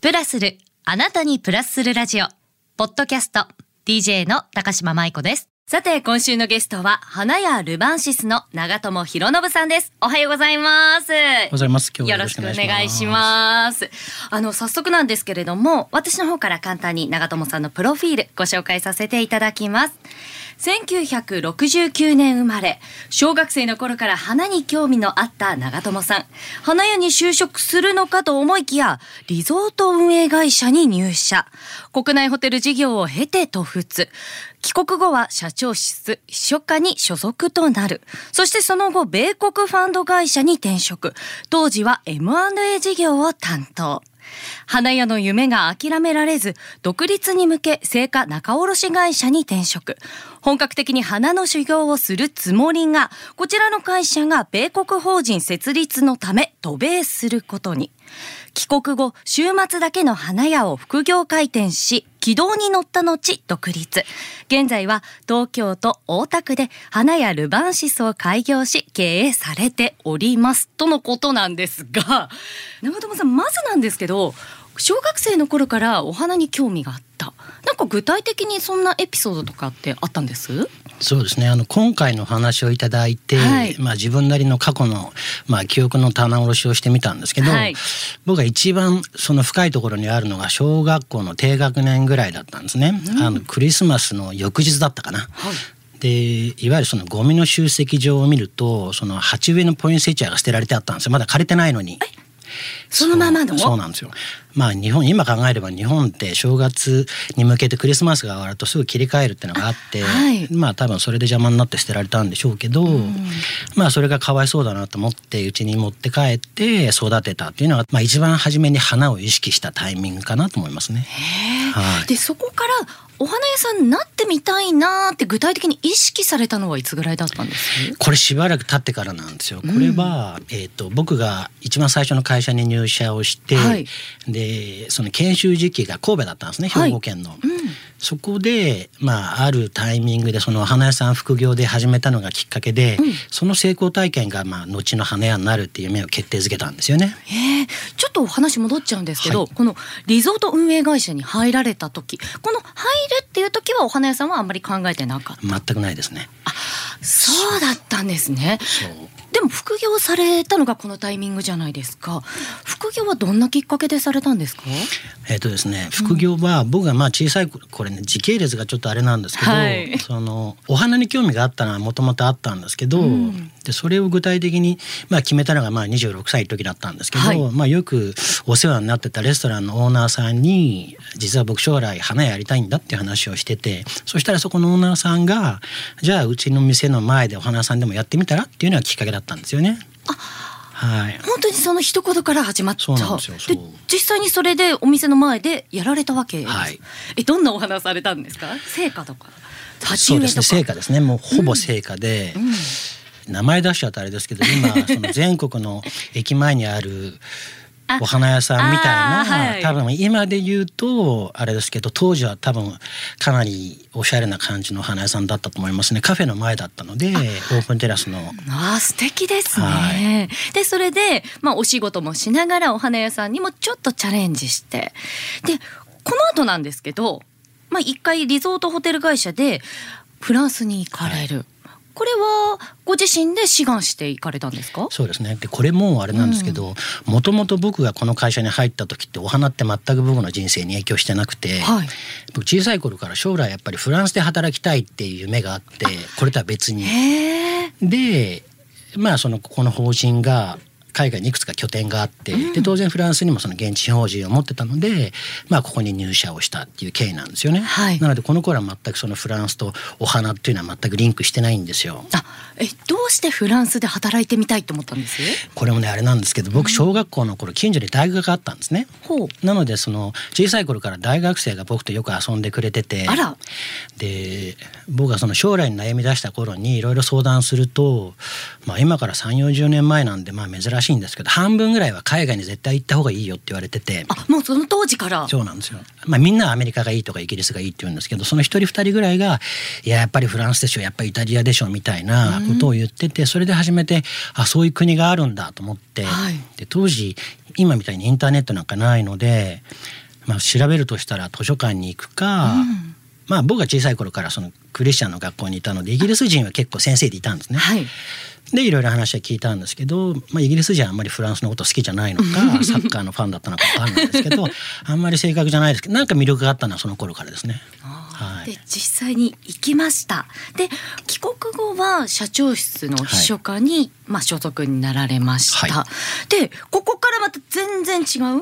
プラスる、あなたにプラスするラジオポッドキャスト DJ の高島舞子です。さて今週のゲストは花屋ルバンシスの長友博信さんです。おはようございます。おはようございます。今日はよろしくお願いします。早速なんですけれども、私の方から簡単に長友さんのプロフィールご紹介させていただきます。1969年生まれ、小学生の頃から花に興味のあった長友さん。花屋に就職するのかと思いきや、リゾート運営会社に入社。国内ホテル事業を経て渡仏。帰国後は社長室秘書課に所属となる。そしてその後、米国ファンド会社に転職。当時は M&A 事業を担当。花屋の夢が諦められず、独立に向け青果仲卸会社に転職。本格的に花の修行をするつもりが、こちらの会社が米国法人設立のため渡米することに。帰国後、週末だけの花屋を副業開店し、軌道に乗った後独立。現在は東京都大田区で花屋ルバンシスを開業し経営されておりますとのことなんですが、長友さん、まずなんですけど、小学生の頃からお花に興味があった。なんか具体的にそんなエピソードとかってあったんです？ そうですね。今回の話をいただいて、自分なりの過去の、記憶の棚卸しをしてみたんですけど、僕が一番その深いところにあるのが小学校の低学年ぐらいだったんですね。クリスマスの翌日だったかな。でいわゆるそのゴミの集積場を見ると、その鉢植えのポインセチアが捨てられてあったんですよ。まだ枯れてないのに。 そのままの？ そうなんですよ。今考えれば日本って正月に向けてクリスマスが終わるとすぐ切り替えるっていうのがあって、多分それで邪魔になって捨てられたんでしょうけど、それがかわいそうだなと思ってうちに持って帰って育てたっていうのが、一番初めに花を意識したタイミングかなと思いますね。 でそこからお花屋さんになってみたいなって具体的に意識されたのはいつぐらいだったんです？ これしばらく経ってからなんですよ。これは、僕が一番最初の会社に入社をして、でその研修時期が神戸だったんですね、兵庫県の。そこで、あるタイミングでその花屋さん副業で始めたのがきっかけで、その成功体験が後の花屋になるっていう夢を決定づけたんですよね。 ちょっとお話戻っちゃうんですけど、このリゾート運営会社に入られた時、この入るっていう時はお花屋さんはあんまり考えてなかった？ 全くないですね。 そうだったんですね。でも副業されたのがこのタイミングじゃないですか。副業はどんなきっかけでされたんですか？ ですね、副業は僕が小さい頃、これね時系列がちょっとあれなんですけど、そのお花に興味があったのはもともとあったんですけど、でそれを具体的に決めたのが26歳の時だったんですけど、よくお世話になってたレストランのオーナーさんに実は僕将来花やりたいんだっていう話をしてて、そしたらそこのオーナーさんがじゃあうちの店の前でお花屋さんでもやってみたらっていうのがきっかけだったんですよね。 本当にその一言から始まった。 そうなんですよ。 で実際にそれでお店の前でやられたわけです。どんなお花されたんですか？生花とか鉢植えとか？そうですね、 生花ですね。もうほぼ生花で、名前出しちゃったあれですけど、今その全国の駅前にあるお花屋さんみたいな、多分今で言うとあれですけど、当時は多分かなりおしゃれな感じのお花屋さんだったと思いますね。カフェの前だったので、オープンテラスの。 素敵ですね。でそれで、お仕事もしながらお花屋さんにもちょっとチャレンジして、でこの後なんですけど、一回リゾートホテル会社でフランスに行かれる。これはご自身で志願して行かれたんですか？そうですね。 でこれもあれなんですけど、もともと僕がこの会社に入った時ってお花って全く僕の人生に影響してなくて、僕小さい頃から将来やっぱりフランスで働きたいっていう夢があって、これとは別に。でこの法人が海外にいくつか拠点があって、で当然フランスにもその現地法人を持ってたので、ここに入社をしたっていう経緯なんですよね。なのでこの頃は全くそのフランスとお花っていうのは全くリンクしてないんですよ。 どうしてフランスで働いてみたいと思ったんです？ これもねあれなんですけど、僕小学校の頃近所に大学があったんですね。なのでその小さい頃から大学生が僕とよく遊んでくれてて、で僕がその将来に悩み出した頃にいろいろ相談すると、今から3、40年前なんで珍ししいんですけど、半分ぐらいは海外に絶対行った方がいいよって言われてて。 もうその当時から。 そうなんですよ。みんなはアメリカがいいとかイギリスがいいって言うんですけど、その一人二人ぐらいがやっぱりフランスでしょ、やっぱりイタリアでしょみたいなことを言ってて、それで初めてそういう国があるんだと思って、で当時今みたいにインターネットなんかないので、調べるとしたら図書館に行くか、僕が小さい頃からそのクリスチャンの学校にいたので、イギリス人は結構先生でいたんですね。でいろいろ話は聞いたんですけど、イギリス人はあんまりフランスのこと好きじゃないのかサッカーのファンだったのか分かんないですけどあんまり正確じゃないですけど、なんか魅力があったのはその頃からですね。 で実際に行きました。で帰国後は社長室の秘書課に、所属になられました。でここからまた全然違う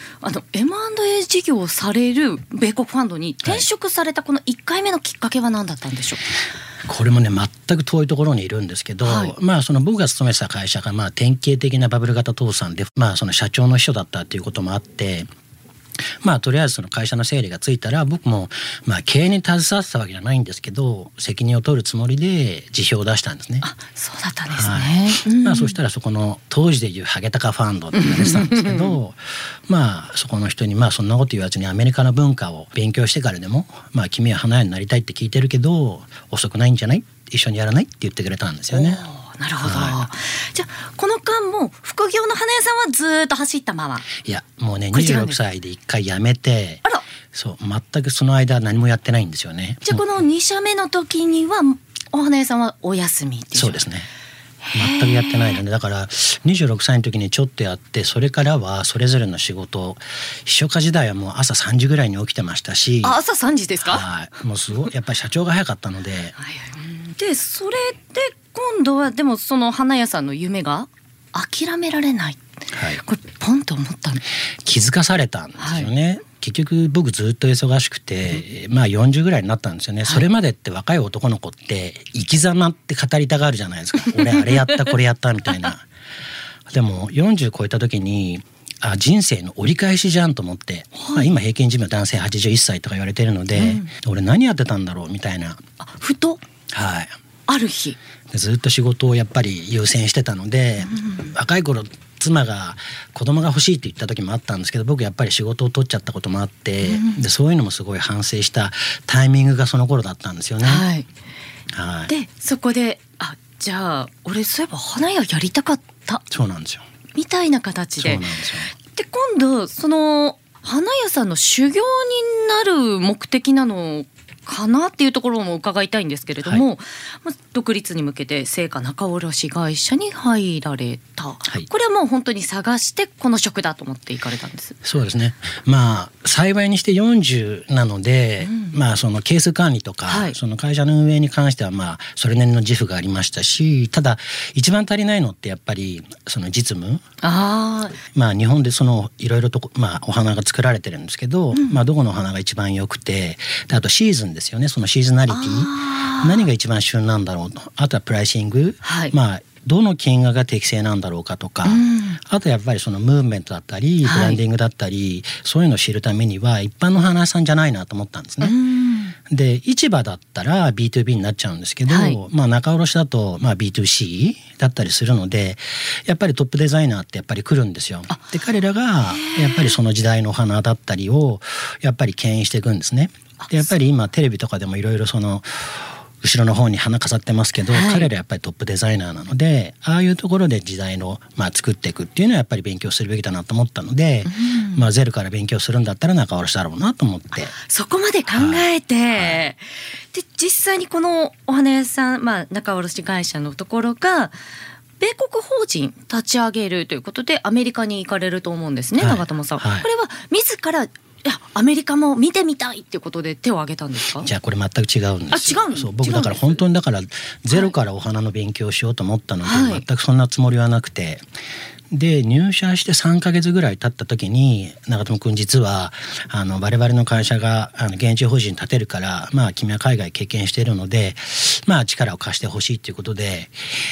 M&A 事業をされる米国ファンドに転職されたこの1回目のきっかけは何だったんでしょう。 これもね全く遠いところにいるんですけど、その僕が勤めてた会社が典型的なバブル型倒産で、その社長の秘書だったっていうこともあって、とりあえずその会社の整理がついたら、僕も経営に携わってたわけじゃないんですけど、責任を取るつもりで辞表を出したんですね。 そうだったんですね。 そしたらそこの当時でいうハゲタカファンドって言われてたんですけどそこの人にそんなこと言わずにアメリカの文化を勉強してからでも、君は花屋になりたいって聞いてるけど遅くないんじゃない、一緒にやらないって言ってくれたんですよね。 なるほど。じゃあこの間も副業の花屋さんはずっと走ったまま。 いやもうね26歳で1回辞めて、そう全くその間何もやってないんですよね。 じゃあこの2社目の時にはお花屋さんはお休みっていう。 そうですね、全くやってないので、だから26歳の時にちょっとやって、それからはそれぞれの仕事、秘書課時代はもう朝3時ぐらいに起きてましたし。 朝3時ですか。 もうすごいやっぱり社長が早かったのででそれで今度はでもその花屋さんの夢が諦められない、これポンと思ったの。 気づかされたんですよね。結局僕ずっと忙しくて、40ぐらいになったんですよね。それまでって若い男の子って生き様って語りたがるじゃないですか。俺あれやったこれやったみたいな。でも40超えた時に人生の折り返しじゃんと思って、今平均寿命男性81歳とか言われてるので、俺何やってたんだろうみたいな。 ふとある日ずっと仕事をやっぱり優先してたので、若い頃妻が子供が欲しいって言った時もあったんですけど、僕やっぱり仕事を取っちゃったこともあって、でそういうのもすごい反省したタイミングがその頃だったんですよね。 でそこでじゃあ俺そういえば花屋やりたかった。 そうなんですよ。 みたいな形で。 そうなんですよ。 で今度その花屋さんの修行になる目的なのかなっていうところも伺いたいんですけれども、独立に向けて青果仲卸会社に入られた、これはもう本当に探してこの職だと思って行かれたんです。 そうですね。幸いにして40なので、そのケース管理とか、その会社の運営に関してはそれなりの自負がありましたし、ただ一番足りないのってやっぱりその実務。日本でそのいろいろとお花が作られてるんですけど、どこのお花が一番良くて、あとシーズンですよね。そのシーズナリティ、何が一番旬なんだろうと、あとはプライシング、どの金額が適正なんだろうかとか、あとやっぱりそのムーブメントだったりブランディングだったり、そういうのを知るためには一般の花屋さんじゃないなと思ったんですね。で市場だったら B2B になっちゃうんですけど、仲卸だとB2C だったりするので、やっぱりトップデザイナーってやっぱり来るんですよ。で彼らがやっぱりその時代のお花だったりをやっぱり牽引していくんですね。でやっぱり今テレビとかでもいろいろその後ろの方に花飾ってますけど、彼らやっぱりトップデザイナーなので、ああいうところで時代の作っていくっていうのはやっぱり勉強するべきだなと思ったので、ゼロから勉強するんだったら仲卸だろうなと思って、 そこまで考えて、で実際にこのお花屋さん、仲卸会社のところが米国法人立ち上げるということでアメリカに行かれると思うんですね、長友さん。これは自らアメリカも見てみたいっていうことで手を挙げたんですか。 じゃあこれ全く違うんですよ。 そう僕だから本当にゼロからお花の勉強をしようと思ったので、全くそんなつもりはなくて、で入社して3ヶ月ぐらい経った時に、長友君実は我々の会社が現地法人立てるから、君は海外経験しているので、力を貸してほしいっていうことで、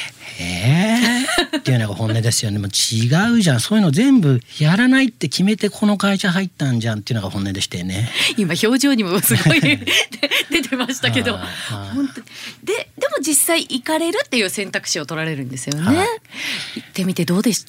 っていうのが本音ですよね。もう違うじゃん、そういうの全部やらないって決めてこの会社入ったんじゃんっていうのが本音でしてね。 今表情にもすごい出てましたけど、本当でも実際行かれるっていう選択肢を取られるんですよね、 はい、 行ってみてどうでした？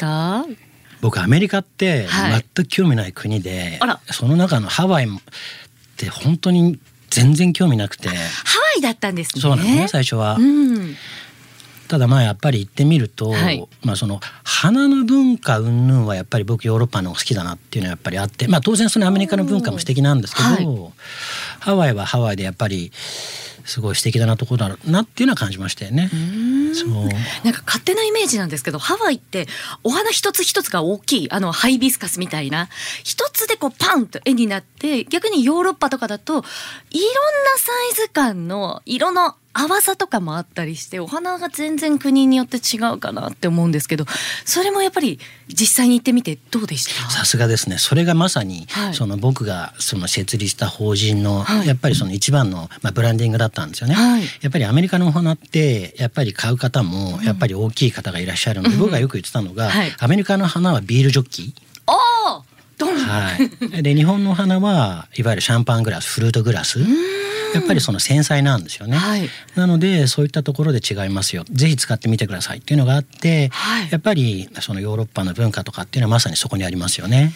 僕アメリカって全く興味ない国で、その中のハワイって本当に全然興味なくて。ハワイだったんですね。 そうなんですね、最初は、ただやっぱり行ってみると、その花の文化云々はやっぱり僕ヨーロッパの方が好きだなっていうのはやっぱりあって、当然そのアメリカの文化も素敵なんですけど、ハワイはハワイでやっぱりすごい素敵だなところだなっていうのは感じましたよね。 なんか勝手なイメージなんですけど、ハワイってお花一つ一つが大きいハイビスカスみたいな一つでパンと絵になって、逆にヨーロッパとかだといろんなサイズ感の色の淡さとかもあったりして、お花が全然国によって違うかなって思うんですけど、それもやっぱり実際に行ってみてどうでした？ さすがですね。それがまさに、その僕がその設立した法人の、やっぱりその一番の、ブランディングだったんですよね、やっぱりアメリカのお花ってやっぱり買う方もやっぱり大きい方がいらっしゃるので、僕がよく言ってたのが、アメリカの花はビールジョッキー、で日本のお花はいわゆるシャンパングラス、フルートグラス、やっぱりその繊細なんですよね、なのでそういったところで違いますよ、ぜひ使ってみてくださいっていうのがあって、やっぱりそのヨーロッパの文化とかっていうのはまさにそこにありますよね。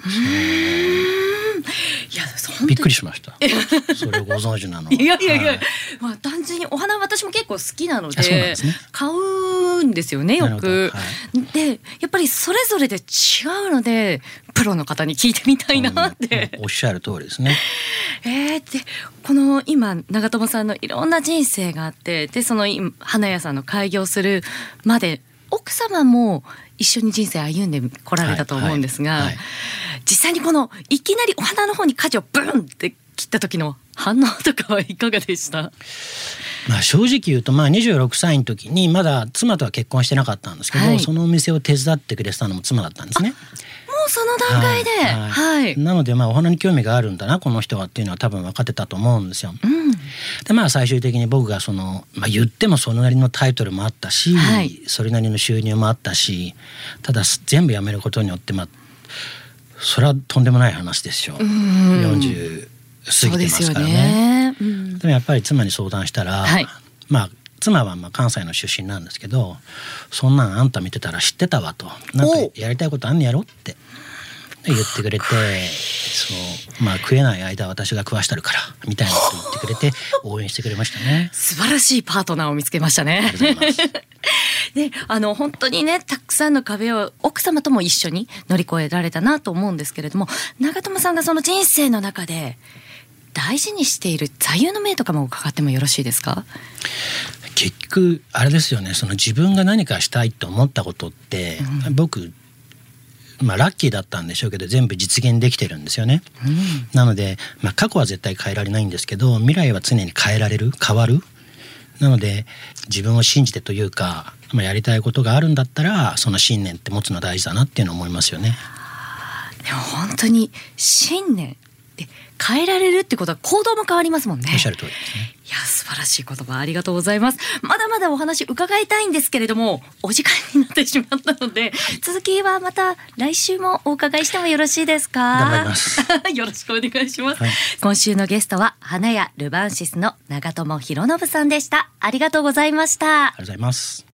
いやびっくりしましたそれをご存知なの。 いや、単純にお花私も結構好きなので買うんですよね、よく、でやっぱりそれぞれで違うのでプロの方に聞いてみたいなって、 おっしゃる通りですね。 でこの今長友さんのいろんな人生があって、でその花屋さんの開業するまで奥様も一緒に人生歩んでこられたと思うんですが、実際にこのいきなりお花の方に舵をブンって切った時の反応とかはいかがでした？ 正直言うと26歳の時にまだ妻とは結婚してなかったんですけど、そのお店を手伝ってくれてたのも妻だったんですね。 もうその段階で、 なのでお花に興味があるんだなこの人はっていうのは多分分かってたと思うんですよ、で最終的に僕がその、言ってもそれなりのタイトルもあったし、それなりの収入もあったし、ただ全部やめることによってそれはとんでもない話ですよ、40過ぎてますからね。でもやっぱり妻に相談したら、妻は関西の出身なんですけど、そんなんあんた見てたら知ってたわと、なんかやりたいことあんねやろって言ってくれて、食えない間私が食わしたるからみたいなこと言ってくれて応援してくれましたね。 素晴らしいパートナーを見つけましたね。 ありがとうございますで本当にね、たくさんの壁を奥様とも一緒に乗り越えられたなと思うんですけれども、長友さんがその人生の中で大事にしている座右の銘とかも伺ってもよろしいですか？ 結局あれですよね、その自分が何かしたいと思ったことって、僕ラッキーだったんでしょうけど全部実現できてるんですよね、なので、過去は絶対変えられないんですけど、未来は常に変わる。なので自分を信じてというか、やりたいことがあるんだったらその信念って持つの大事だなっていうのを思いますよね。 でも本当に信念で変えられるってことは行動も変わりますもんね。 おっしゃる通りですね。 いや、素晴らしい言葉ありがとうございます。まだまだお話伺いたいんですけれども、お時間になってしまったので、続きはまた来週もお伺いしてもよろしいですか？ 頑張りますよろしくお願いします、今週のゲストは花屋ルバンシスの長友博信さんでした。ありがとうございました。 ありがとうございます。